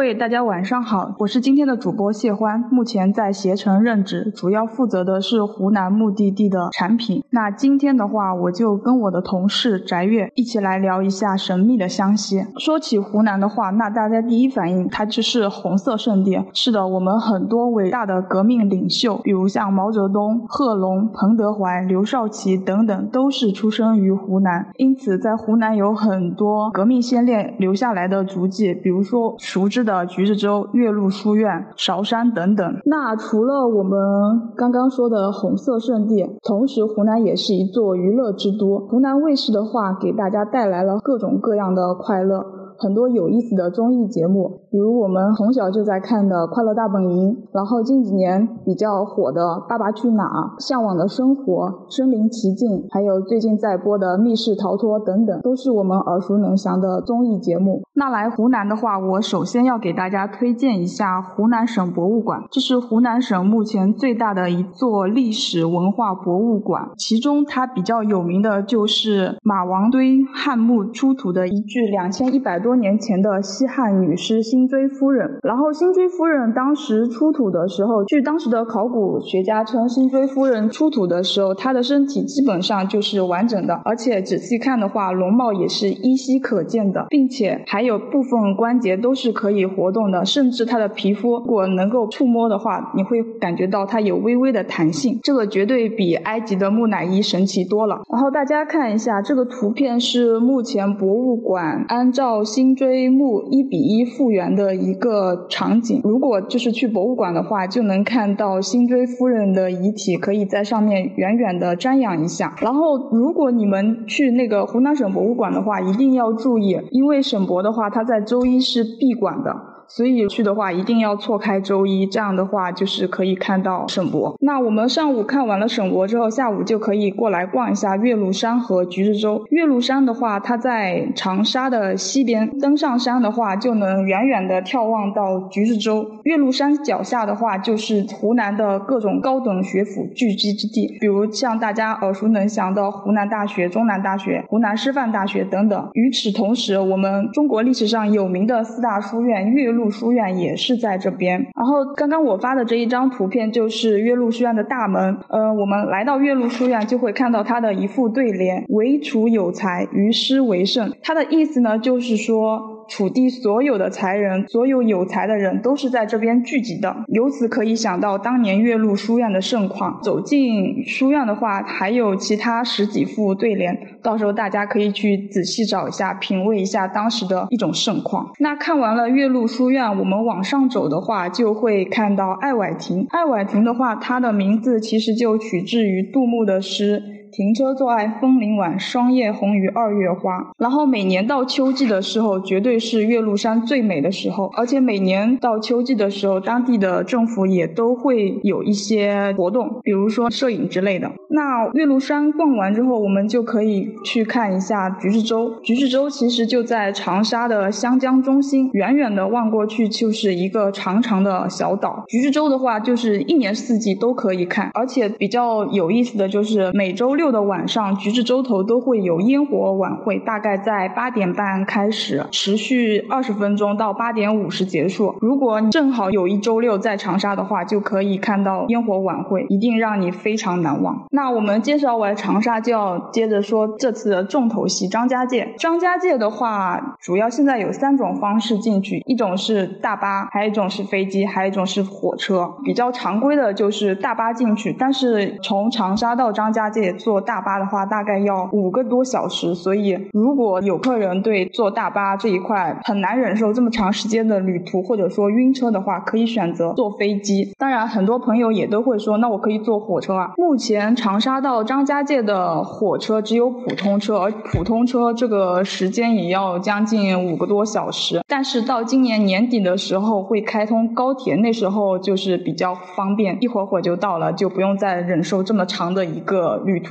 位大家晚上好，我是今天的主播谢欢，目前在携程任职，主要负责的是湖南目的地的产品。那今天的话，我就跟我的同事翟月一起来聊一下神秘的湘西。说起湖南的话，那大家第一反应它就是红色圣地。是的，我们很多伟大的革命领袖，比如像毛泽东、贺龙、彭德怀、刘少奇等等，都是出生于湖南，因此在湖南有很多革命先烈留下来的足迹，比如说熟知的橘子洲、岳麓书院、韶山等等。那除了我们刚刚说的红色圣地，同时湖南也是一座娱乐之都。湖南卫视的话给大家带来了各种各样的快乐，很多有意思的综艺节目，比如我们从小就在看的《快乐大本营》，然后近几年比较火的《爸爸去哪儿》、《向往的生活》、《身临其境》，还有最近在播的《密室逃脱》等等，都是我们耳熟能详的综艺节目。那来湖南的话，我首先要给大家推荐一下湖南省博物馆，这是湖南省目前最大的一座历史文化博物馆，其中它比较有名的就是马王堆汉墓出土的一具2100多年前的西汉女尸辛追夫人。然后辛追夫人当时出土的时候，据当时的考古学家称，辛追夫人出土的时候，她的身体基本上就是完整的，而且仔细看的话，容貌也是依稀可见的，并且还有部分关节都是可以活动的，甚至她的皮肤如果能够触摸的话，你会感觉到它有微微的弹性，这个绝对比埃及的木乃伊神奇多了。然后大家看一下这个图片，是目前博物馆按照辛追墓1:1复原的一个场景。如果就是去博物馆的话，就能看到辛追夫人的遗体，可以在上面远远的瞻仰一下。然后如果你们去那个湖南省博物馆的话，一定要注意，因为省博的话它在周一是闭馆的，所以去的话一定要错开周一，这样的话就是可以看到省博。那我们上午看完了省博之后，下午就可以过来逛一下岳麓山和橘子洲。岳麓山的话它在长沙的西边，登上山的话就能远远的眺望到橘子洲。岳麓山脚下的话就是湖南的各种高等学府聚集之地，比如像大家耳熟能详的湖南大学、中南大学、湖南师范大学等等。与此同时，我们中国历史上有名的4大书院岳麓书院也是在这边。然后刚刚我发的这一张图片就是岳麓书院的大门。我们来到岳麓书院就会看到它的一副对联：惟楚有才，于师为圣。它的意思呢就是说楚地所有的才人，所有有才的人都是在这边聚集的，由此可以想到当年岳麓书院的盛况。走进书院的话还有其他10几副对联，到时候大家可以去仔细找一下，品味一下当时的一种盛况。那看完了岳麓书院，我们往上走的话就会看到爱崴亭。爱崴亭的话，它的名字其实就取自于杜牧的诗：停车坐爱枫林晚，霜叶红于2月花。然后每年到秋季的时候，绝对是岳麓山最美的时候，而且每年到秋季的时候，当地的政府也都会有一些活动，比如说摄影之类的。那岳麓山逛完之后，我们就可以去看一下橘子洲。橘子洲其实就在长沙的湘江中心，远远的望过去就是一个长长的小岛。橘子洲的话就是一年四季都可以看，而且比较有意思的就是每周六的晚上，橘子洲头都会有烟火晚会，大概在8点半开始，持续20分钟到8点50结束。如果你正好有一周六在长沙的话，就可以看到烟火晚会，一定让你非常难忘。那我们介绍完长沙，就要接着说这次的重头戏张家界。张家界的话，主要现在有3种方式进去，一种是大巴，还有一种是飞机，还有一种是火车。比较常规的就是大巴进去，但是从长沙到张家界坐大巴的话大概要5个多小时，所以如果有客人对坐大巴这一块很难忍受这么长时间的旅途，或者说晕车的话，可以选择坐飞机。当然很多朋友也都会说，那我可以坐火车啊。目前长沙到张家界的火车只有普通车，而普通车这个时间也要将近5个多小时。但是到今年年底的时候会开通高铁，那时候就是比较方便，一会儿就到了，就不用再忍受这么长的一个旅途。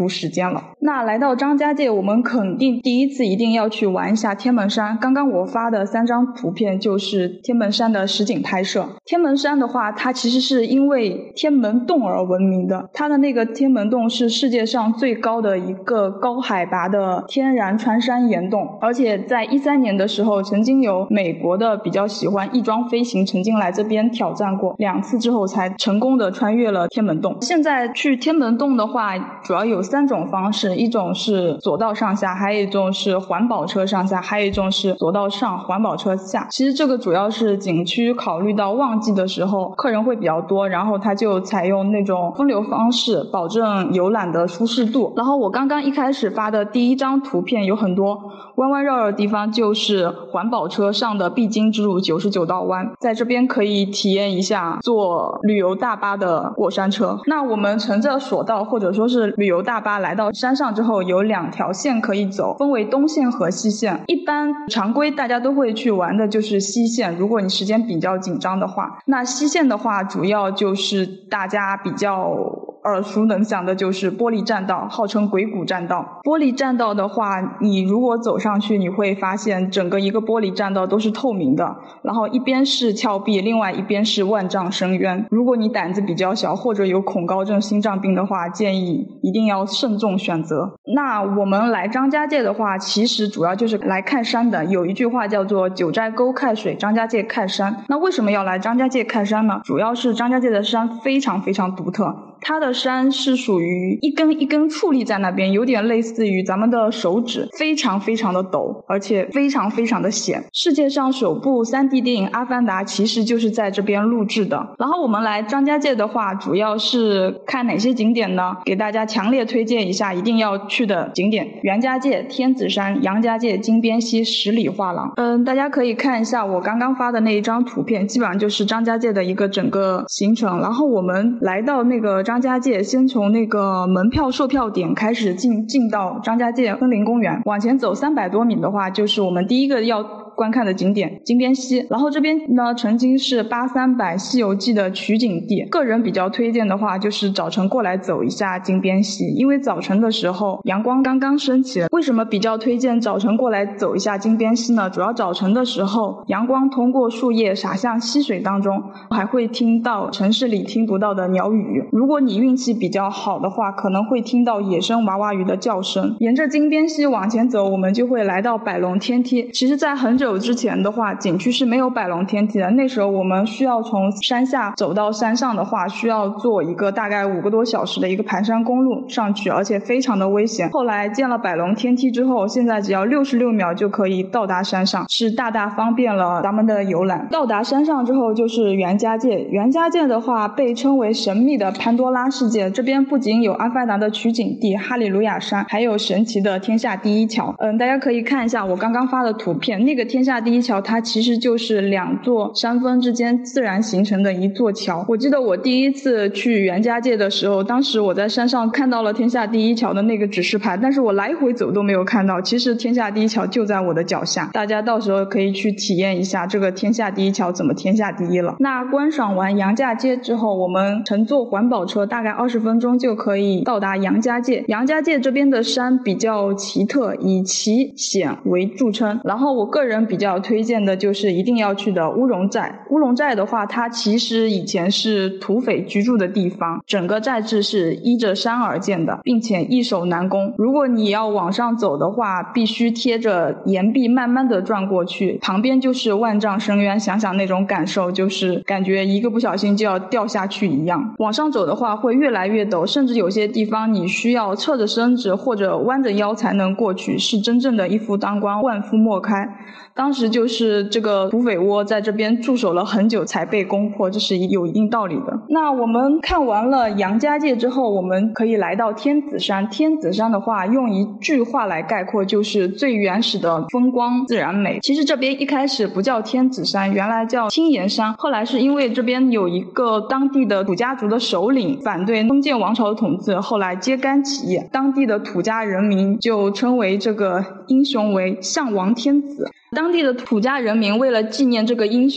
出时间了。那来到张家界，我们肯定第一次一定要去玩一下天门山。刚刚我发的3张图片就是天门山的实景拍摄。天门山的话，它其实是因为天门洞而闻名的，它的那个天门洞是世界上最高的一个高海拔的天然穿山岩洞，而且在13年的时候，曾经有美国的比较喜欢翼装飞行曾经来这边挑战过2次之后才成功的穿越了天门洞。现在去天门洞的话主要有3种方式，一种是左道上下，还有一种是环保车上下，还有一种是左道上环保车下。其实这个主要是景区考虑到旺季的时候客人会比较多，然后它就采用那种分流方式，保证游览的舒适度。然后我刚刚一开始发的第1张图片有很多弯弯绕绕的地方，就是环保车上的必经之路99道弯，在这边可以体验一下坐旅游大巴的过山车。那我们乘着索道或者说是旅游大巴来到山上之后，有2条线可以走，分为东线和西线。一般常规大家都会去玩的就是西线，如果你时间比较紧张的话。那西线的话主要就是大家比较耳熟能详的就是玻璃栈道，号称鬼谷栈道。玻璃栈道的话，你如果走上去，你会发现整个一个玻璃栈道都是透明的，然后一边是峭壁，另外一边是万丈深渊。如果你胆子比较小或者有恐高症、心脏病的话，建议一定要慎重选择。那我们来张家界的话，其实主要就是来看山的。有一句话叫做九寨沟看水，张家界看山。那为什么要来张家界看山呢？主要是张家界的山非常非常独特，它的山是属于一根一根矗立在那边，有点类似于咱们的手指，非常非常的陡，而且非常非常的险。世界上首部 3D 电影《阿凡达》其实就是在这边录制的。然后我们来张家界的话，主要是看哪些景点呢？给大家强烈推荐一下一定要去的景点：袁家界、天子山、杨家界、金边溪、十里画廊。大家可以看一下我刚刚发的那一张图片，基本上就是张家界的一个整个行程。然后我们来到那个张家界，先从那个门票售票点开始进到张家界森林公园，往前走300多米的话，就是我们第一个要观看的景点金边溪。然后这边呢曾经是8300西游记的取景地，个人比较推荐的话就是早晨过来走一下金边溪，因为早晨的时候阳光刚刚升起。为什么比较推荐早晨过来走一下金边溪呢？主要早晨的时候阳光通过树叶洒向溪水当中，还会听到城市里听不到的鸟语。如果你运气比较好的话，可能会听到野生娃娃鱼的叫声。沿着金边溪往前走，我们就会来到百龙天梯。其实在很久之前的话，景区是没有百龙天梯的，那时候我们需要从山下走到山上的话，需要坐一个大概5个多小时的一个盘山公路上去，而且非常的危险。后来建了百龙天梯之后，现在只要66秒就可以到达山上，是大大方便了咱们的游览。到达山上之后就是袁家界。袁家界的话被称为神秘的潘多拉世界，这边不仅有阿凡达的取景地哈利路亚山，还有神奇的天下第一桥。大家可以看一下我刚刚发的图片，那个天下第一桥它其实就是2座山峰之间自然形成的一座桥。我记得我第一次去袁家界的时候，当时我在山上看到了天下第一桥的那个指示牌，但是我来回走都没有看到，其实天下第一桥就在我的脚下。大家到时候可以去体验一下这个天下第一桥怎么天下第一了。那观赏完杨家街之后，我们乘坐环保车大概20分钟就可以到达杨家界。杨家界这边的山比较奇特，以奇险为著称。然后我个人比较推荐的就是一定要去的乌龙寨。乌龙寨的话，它其实以前是土匪居住的地方，整个寨址是依着山而建的，并且易守难攻。如果你要往上走的话，必须贴着岩壁慢慢的转过去，旁边就是万丈深渊，想想那种感受，就是感觉一个不小心就要掉下去一样。往上走的话会越来越陡，甚至有些地方你需要侧着身子或者弯着腰才能过去，是真正的一夫当关万夫莫开。当时就是这个土匪窝在这边驻守了很久才被攻破，这是有一定道理的。那我们看完了杨家界之后，我们可以来到天子山。天子山的话用一句话来概括，就是最原始的风光自然美。其实这边一开始不叫天子山，原来叫青岩山，后来是因为这边有一个当地的土家族的首领反对封建王朝的统治，后来揭竿起义，当地的土家人民就称为这个英雄为项王天子。当地的土家人民为了纪念这个英雄，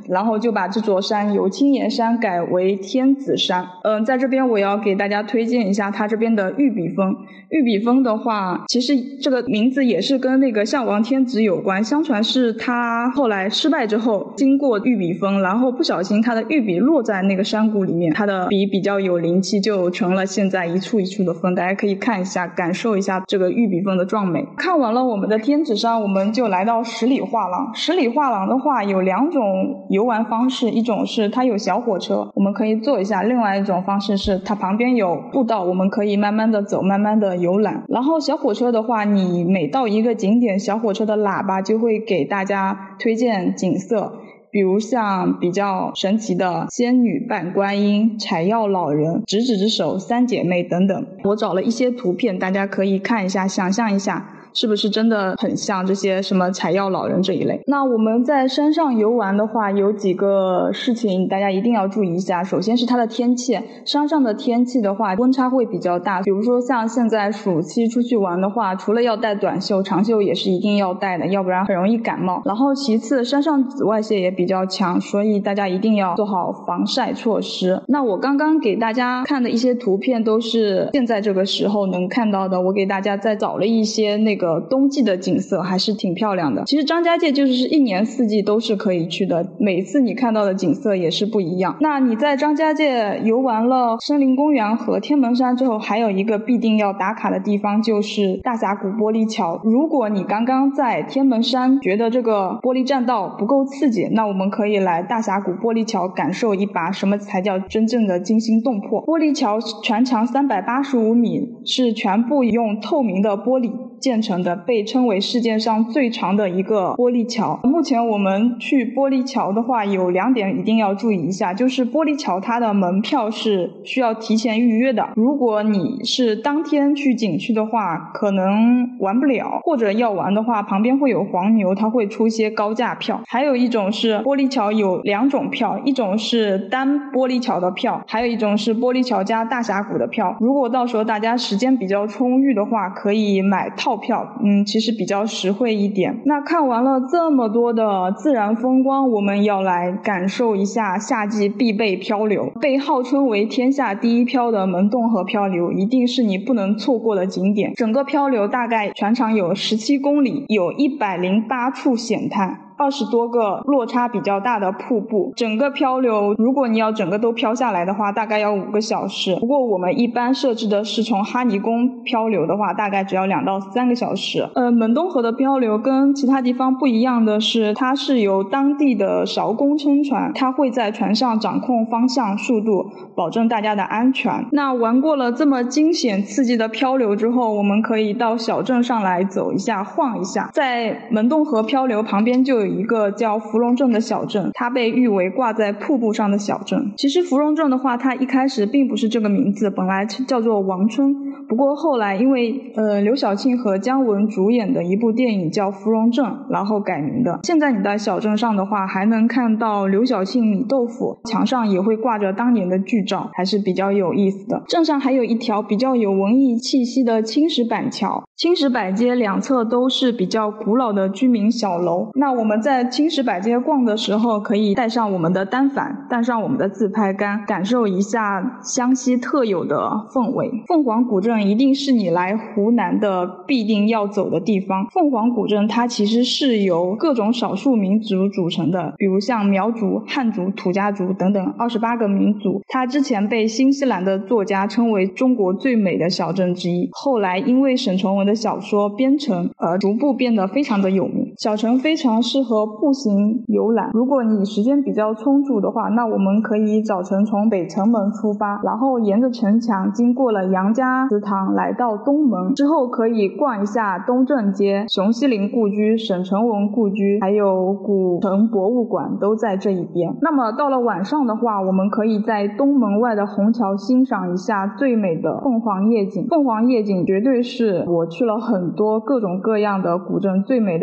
然后就把这座山由青岩山改为天子山。在这边我要给大家推荐一下它这边的玉笔峰。玉笔峰的话，其实这个名字也是跟那个项王天子有关，相传是他后来失败之后经过玉笔峰，然后不小心他的玉笔落在那个山谷里面，他的笔比较有灵气，就成了现在一处一处的峰。大家可以看一下，感受一下这个玉笔峰的壮美。看完了我们的天子山，我们就来到十里画廊。十里画廊的话有2种游玩方式，一种是它有小火车，我们可以坐一下，另外一种方式是它旁边有步道，我们可以慢慢的走，慢慢的游览。然后小火车的话，你每到一个景点，小火车的喇叭就会给大家推荐景色，比如像比较神奇的仙女扮观音、采药老人、执子之手、三姐妹等等。我找了一些图片，大家可以看一下，想象一下是不是真的很像这些什么采药老人这一类。那我们在山上游玩的话，有几个事情大家一定要注意一下。首先是它的天气，山上的天气的话温差会比较大，比如说像现在暑期出去玩的话，除了要带短袖，长袖也是一定要带的，要不然很容易感冒。然后其次山上紫外线也比较强，所以大家一定要做好防晒措施。那我刚刚给大家看的一些图片都是现在这个时候能看到的，我给大家再找了一些那个冬季的景色，还是挺漂亮的。其实张家界就是一年四季都是可以去的，每次你看到的景色也是不一样。那你在张家界游完了森林公园和天门山之后，还有一个必定要打卡的地方就是大峡谷玻璃桥。如果你刚刚在天门山觉得这个玻璃栈道不够刺激，那我们可以来大峡谷玻璃桥感受一把什么才叫真正的惊心动魄。玻璃桥全长385米，是全部用透明的玻璃建成的，被称为世界上最长的一个玻璃桥。目前我们去玻璃桥的话，有2点一定要注意一下，就是玻璃桥它的门票是需要提前预约的，如果你是当天去景区的话，可能玩不了，或者要玩的话，旁边会有黄牛，它会出一些高价票。还有一种是玻璃桥有2种票，一种是单玻璃桥的票，还有一种是玻璃桥加大峡谷的票。如果到时候大家时间比较充裕的话，可以买套票，其实比较实惠一点。那看完了这么多的自然风光，我们要来感受一下夏季必备漂流。被号称为天下第一漂的门洞河漂流，一定是你不能错过的景点。整个漂流大概全长有17公里，有108处险滩，20多个落差比较大的瀑布。整个漂流如果你要整个都漂下来的话，大概要5个小时，不过我们一般设置的是从哈尼宫漂流的话，大概只要2到3个小时。门洞河的漂流跟其他地方不一样的是，它是由当地的韶公撑船，它会在船上掌控方向速度，保证大家的安全。那玩过了这么惊险刺激的漂流之后，我们可以到小镇上来走一下晃一下。在门洞河漂流旁边就有一个叫芙蓉镇的小镇，它被誉为挂在瀑布上的小镇。其实芙蓉镇的话，它一开始并不是这个名字，本来叫做王村，不过后来因为刘晓庆和姜文主演的一部电影叫《芙蓉镇》，然后改名的。现在你在小镇上的话，还能看到刘晓庆米豆腐，墙上也会挂着当年的剧照，还是比较有意思的。镇上还有一条比较有文艺气息的青石板桥，青石板街2侧都是比较古老的居民小楼。那我们在青石板街逛的时候，可以带上我们的单反，带上我们的自拍杆，感受一下湘西特有的氛围。凤凰古镇一定是你来湖南的必定要走的地方。凤凰古镇它其实是由各种少数民族组成的，比如像苗族、汉族、土家族等等28个民族。它之前被新西兰的作家称为中国最美的小镇之一，后来因为沈从文的小说编成而逐步变得非常的有名。小城非常适合步行游览，如果你时间比较充足的话，那我们可以早晨从北城门出发，然后沿着城墙经过了杨家祠堂来到东门，之后可以逛一下东正街、熊希龄故居、沈从文故居，还有古城博物馆都在这一边。那么到了晚上的话，我们可以在东门外的虹桥欣赏一下最美的凤凰夜景。凤凰夜景绝对是我去了很多各种各样的古镇最美的一个夜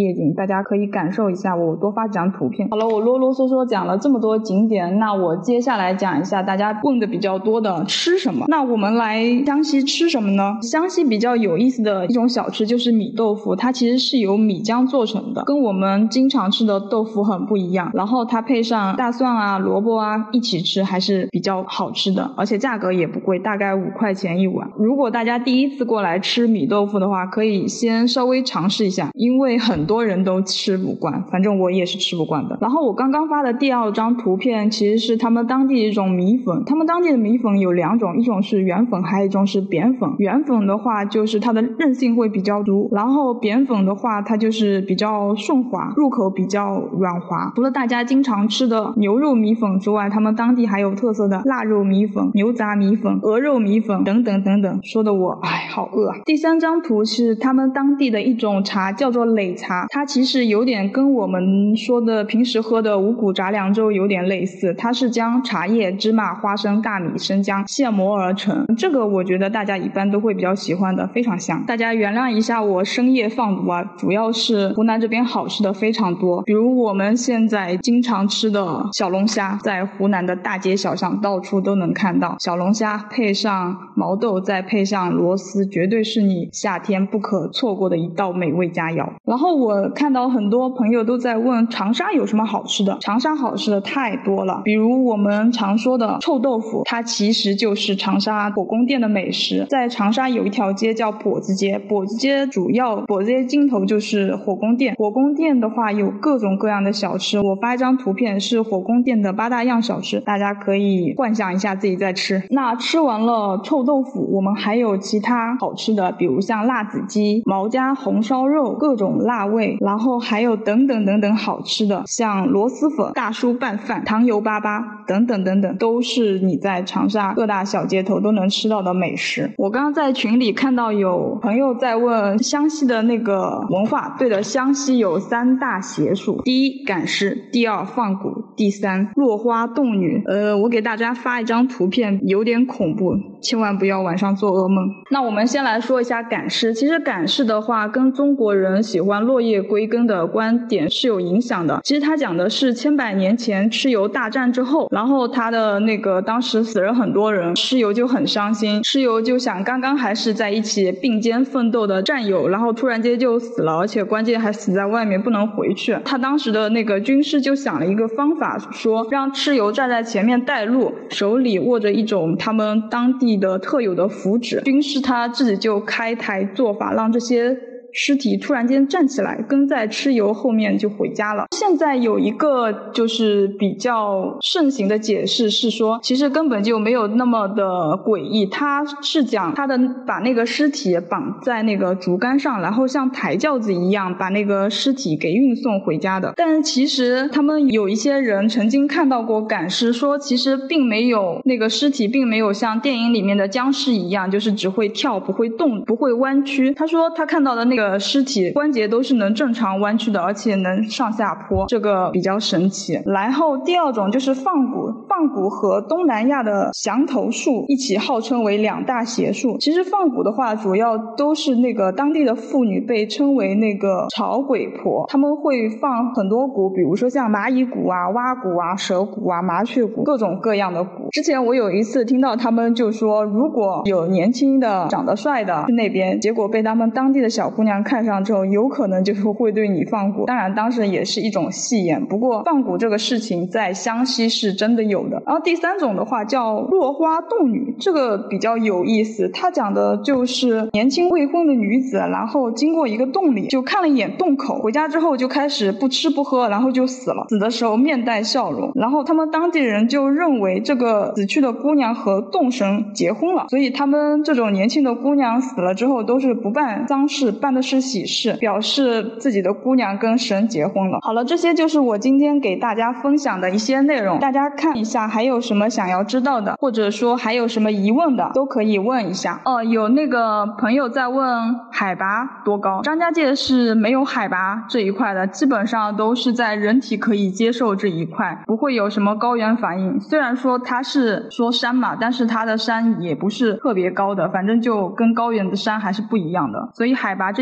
夜景，大家可以感受一下，我多发几张图片。好了，我啰啰嗦嗦讲了这么多景点，那我接下来讲一下大家问的比较多的吃什么。那我们来湘西吃什么呢？湘西比较有意思的一种小吃就是米豆腐，它其实是由米浆做成的，跟我们经常吃的豆腐很不一样，然后它配上大蒜啊萝卜啊一起吃还是比较好吃的，而且价格也不贵，大概5块钱一碗。如果大家第一次过来吃米豆腐的话，可以先稍微尝试一下，因为很多人都吃不惯，反正我也是吃不惯的。然后我刚刚发的第2张图片其实是他们当地的一种米粉，他们当地的米粉有2种，一种是圆粉，还有一种是扁粉。圆粉的话就是它的韧性会比较足，然后扁粉的话它就是比较顺滑，入口比较软滑。除了大家经常吃的牛肉米粉之外，他们当地还有特色的腊肉米粉、牛杂米粉、鹅肉米粉等等等等，说的我好饿啊。第3张图是他们当地的一种茶，叫做擂茶，它其实有点跟我们说的平时喝的五谷杂粮粥有点类似，它是将茶叶、芝麻、花生、大米、生姜现磨而成，这个我觉得大家一般都会比较喜欢的，非常香。大家原谅一下我深夜放毒啊，主要是湖南这边好吃的非常多，比如我们现在经常吃的小龙虾，在湖南的大街小巷到处都能看到，小龙虾配上毛豆再配上螺丝，绝对是你夏天不可错过的一道美味佳肴。然后我看到很多朋友都在问长沙有什么好吃的，长沙好吃的太多了，比如我们常说的臭豆腐，它其实就是长沙火宫殿的美食。在长沙有一条街叫跛子街，跛子街尽头就是火宫殿，火宫殿的话有各种各样的小吃，我发一张图片是火宫殿的8大样小吃，大家可以幻想一下自己在吃。那吃完了臭豆腐，我们还有其他好吃的，比如像辣子鸡、毛家红烧肉，各种辣味，然后还有等等等等好吃的，像螺蛳粉、大叔拌饭、糖油粑粑等等等等，都是你在长沙各大小街头都能吃到的美食。我刚刚在群里看到有朋友在问湘西的那个文化，对的，湘西有3大邪术，第1赶尸，第2放蛊，第3落花洞女。我给大家发一张图片，有点恐怖，千万不要晚上做噩梦。那我们先来说一下赶尸，其实赶尸的话跟中国人喜欢落叶归根的观点是有影响的。其实他讲的是千百年前蚩尤大战之后，然后他的那个当时死了很多人，蚩尤就很伤心，蚩尤就想刚刚还是在一起并肩奋斗的战友，然后突然间就死了，而且关键还死在外面不能回去。他当时的那个军师就想了一个方法，说让蚩尤站在前面带路，手里握着一种他们当地的特有的符纸，军师他自己就开台做法，让这些尸体突然间站起来，跟在蚩尤后面就回家了。现在有一个就是比较盛行的解释是说，其实根本就没有那么的诡异，他是讲他的把那个尸体绑在那个竹竿上，然后像抬轿子一样把那个尸体给运送回家的。但其实他们有一些人曾经看到过赶尸，说其实并没有，那个尸体并没有像电影里面的僵尸一样，就是只会跳不会动不会弯曲。他说他看到的那个尸体关节都是能正常弯曲的，而且能上下坡，这个比较神奇。然后第2种就是放蛊，放蛊和东南亚的降头术一起号称为2大邪术。其实放蛊的话主要都是那个当地的妇女被称为那个草鬼婆，他们会放很多蛊，比如说像蚂蚁蛊啊、蛙蛊啊、蛇蛊啊、麻雀蛊，各种各样的蛊。之前我有一次听到他们就说，如果有年轻的长得帅的去那边，结果被他们当地的小姑娘看上之后，有可能就是会对你放蛊，当然当时也是一种戏言，不过放蛊这个事情在湘西是真的有的。然后第3种的话叫落花洞女，这个比较有意思，它讲的就是年轻未婚的女子，然后经过一个洞里就看了一眼洞口，回家之后就开始不吃不喝，然后就死了，死的时候面带笑容，然后他们当地人就认为这个死去的姑娘和洞神结婚了，所以他们这种年轻的姑娘死了之后都是不办丧事，办的是喜事，表示自己的姑娘跟神结婚了。好了，这些就是我今天给大家分享的一些内容，大家看一下还有什么想要知道的，或者说还有什么疑问的都可以问一下。有那个朋友在问海拔多高，张家界是没有海拔这一块的，基本上都是在人体可以接受这一块，不会有什么高原反应。虽然说它是说山嘛，但是它的山也不是特别高的，反正就跟高原的山还是不一样的，所以海拔这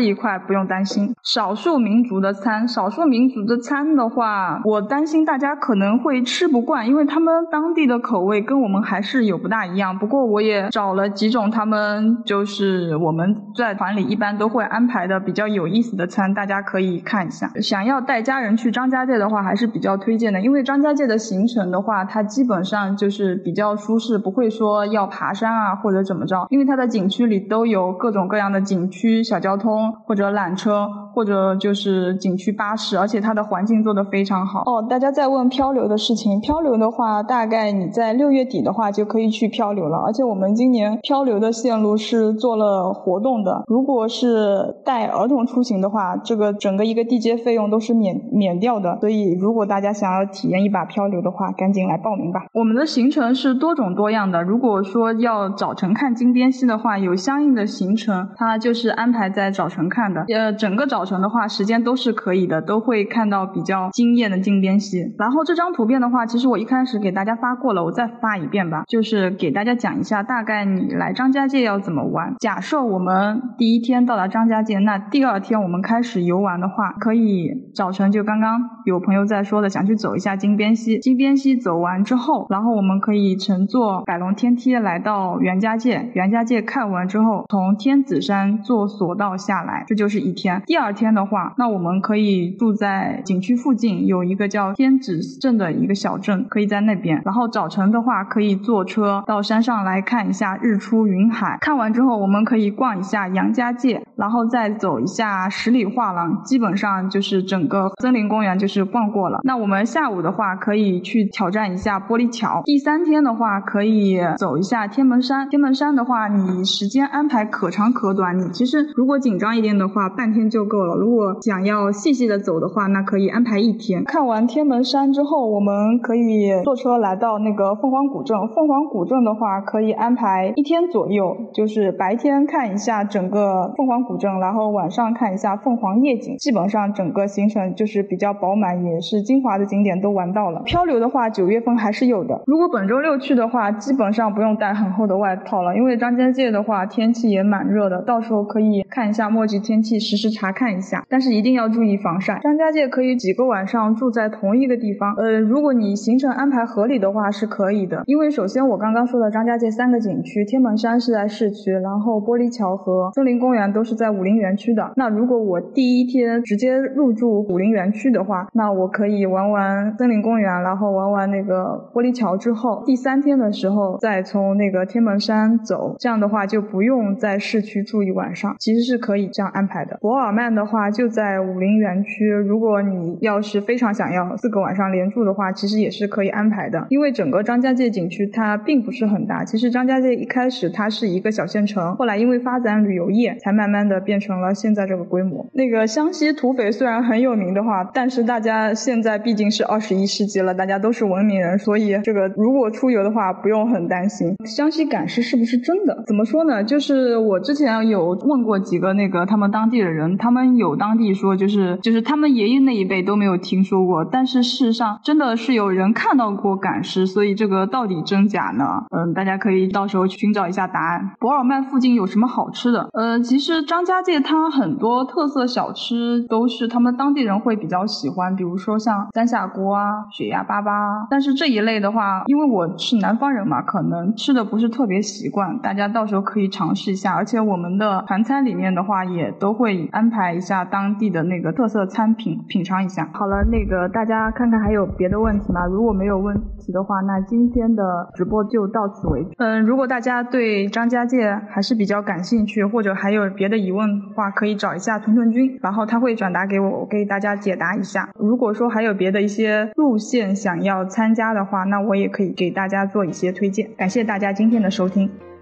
一块不用担心。少数民族的餐的话，我担心大家可能会吃不惯，因为他们当地的口味跟我们还是有不大一样。不过我也找了几种他们就是我们在团里一般都会安排的比较有意思的餐，大家可以看一下。想要带家人去张家界的话还是比较推荐的，因为张家界的行程的话它基本上就是比较舒适，不会说要爬山啊或者怎么着，因为它的景区里都有各种各样的景区小交通或者缆车或者就是景区巴士，而且它的环境做得非常好。大家在问漂流的事情，漂流的话大概你在6月底的话就可以去漂流了，而且我们今年漂流的线路是做了活动的，如果是带儿童出行的话，这个整个一个地接费用都是免掉的，所以如果大家想要体验一把漂流的话，赶紧来报名吧。我们的行程是多种多样的，如果说要早晨看金边溪的话，有相应的行程它就是安排在早晨看的，整个早晨的话时间都是可以的，都会看到比较惊艳的金边溪。然后这张图片的话其实我一开始给大家发过了，我再发一遍吧，就是给大家讲一下大概你来张家界要怎么玩。假设我们第一天到达张家界，那第二天我们开始游玩的话，可以早晨就刚刚有朋友在说的想去走一下金边溪，金边溪走完之后，然后我们可以乘坐百龙天梯来到袁家界，袁家界看完之后从天子山坐索道下来，这就是一天。第二天的话，那我们可以住在景区附近有一个叫天子镇的一个小镇，可以在那边，然后早晨的话可以坐车到山上来看一下日出云海，看完之后我们可以逛一下杨家界，然后再走一下十里画廊，基本上就是整个森林公园就是逛过了。那我们下午的话可以去挑战一下玻璃桥。第三天的话可以走一下天门山，天门山的话你时间安排可长可短，你其实如果紧张一点的话半天就够了，如果想要细细的走的话那可以安排1天。看完天门山之后我们可以坐车来到那个凤凰古镇，凤凰古镇的话可以安排1天左右，就是白天看一下整个凤凰古镇，然后晚上看一下凤凰夜景，基本上整个行程就是比较饱满，也是精华的景点都玩到了。漂流的话9月份还是有的，如果本周6去的话基本上不用带很厚的外套了，因为张家界的话天气也蛮热的，到时候可以看一下墨迹天气实时查看一下，但是一定要注意防晒。张家界可以几个晚上住在同一个地方，如果你行程安排合理的话是可以的，因为首先我刚刚说的张家界3个景区，天门山是在市区，然后玻璃桥和森林公园都是在武陵园区的。那如果我第一天直接入住武陵园区的话，那我可以玩完森林公园，然后玩完那个玻璃桥之后，第3天的时候再从那个天门山走，这样的话就不用在市区住一晚上，其实是可以这样安排的。博尔曼的话就在武陵园区，如果你要是非常想要4个晚上连住的话，其实也是可以安排的。因为整个张家界景区它并不是很大，其实张家界一开始它是一个小县城，后来因为发展旅游业才慢慢的变成了现在这个规模。那个湘西土匪虽然很有名的话，但是大家现在毕竟是21世纪了，大家都是文明人，所以这个如果出游的话不用很担心。湘西赶尸是不是真的？怎么说呢，就是我之前有问过几个那个他们当地的人，他们有当地说就是他们爷爷那一辈都没有听说过，但是事实上真的是有人看到过赶尸，所以这个到底真假呢？大家可以到时候去寻找一下答案。博尔曼附近有什么好吃的？其实张家界它很多特色小吃都是他们当地人会比较喜欢，比如说像三下锅啊、血鸭粑粑啊，但是这一类的话，因为我是南方人嘛，可能吃的不是特别习惯，大家到时候可以尝试一下，而且我们的团餐里面的话也都会安排一下当地的那个特色餐品品尝一下。好了，那个大家看看还有别的问题吗？如果没有问题的话，那今天的直播就到此为止。如果大家对张家界还是比较感兴趣，或者还有别的疑问的话，可以找一下屯屯君，然后他会转达给我，我给大家解答一下。如果说还有别的一些路线想要参加的话，那我也可以给大家做一些推荐。感谢大家今天的收听。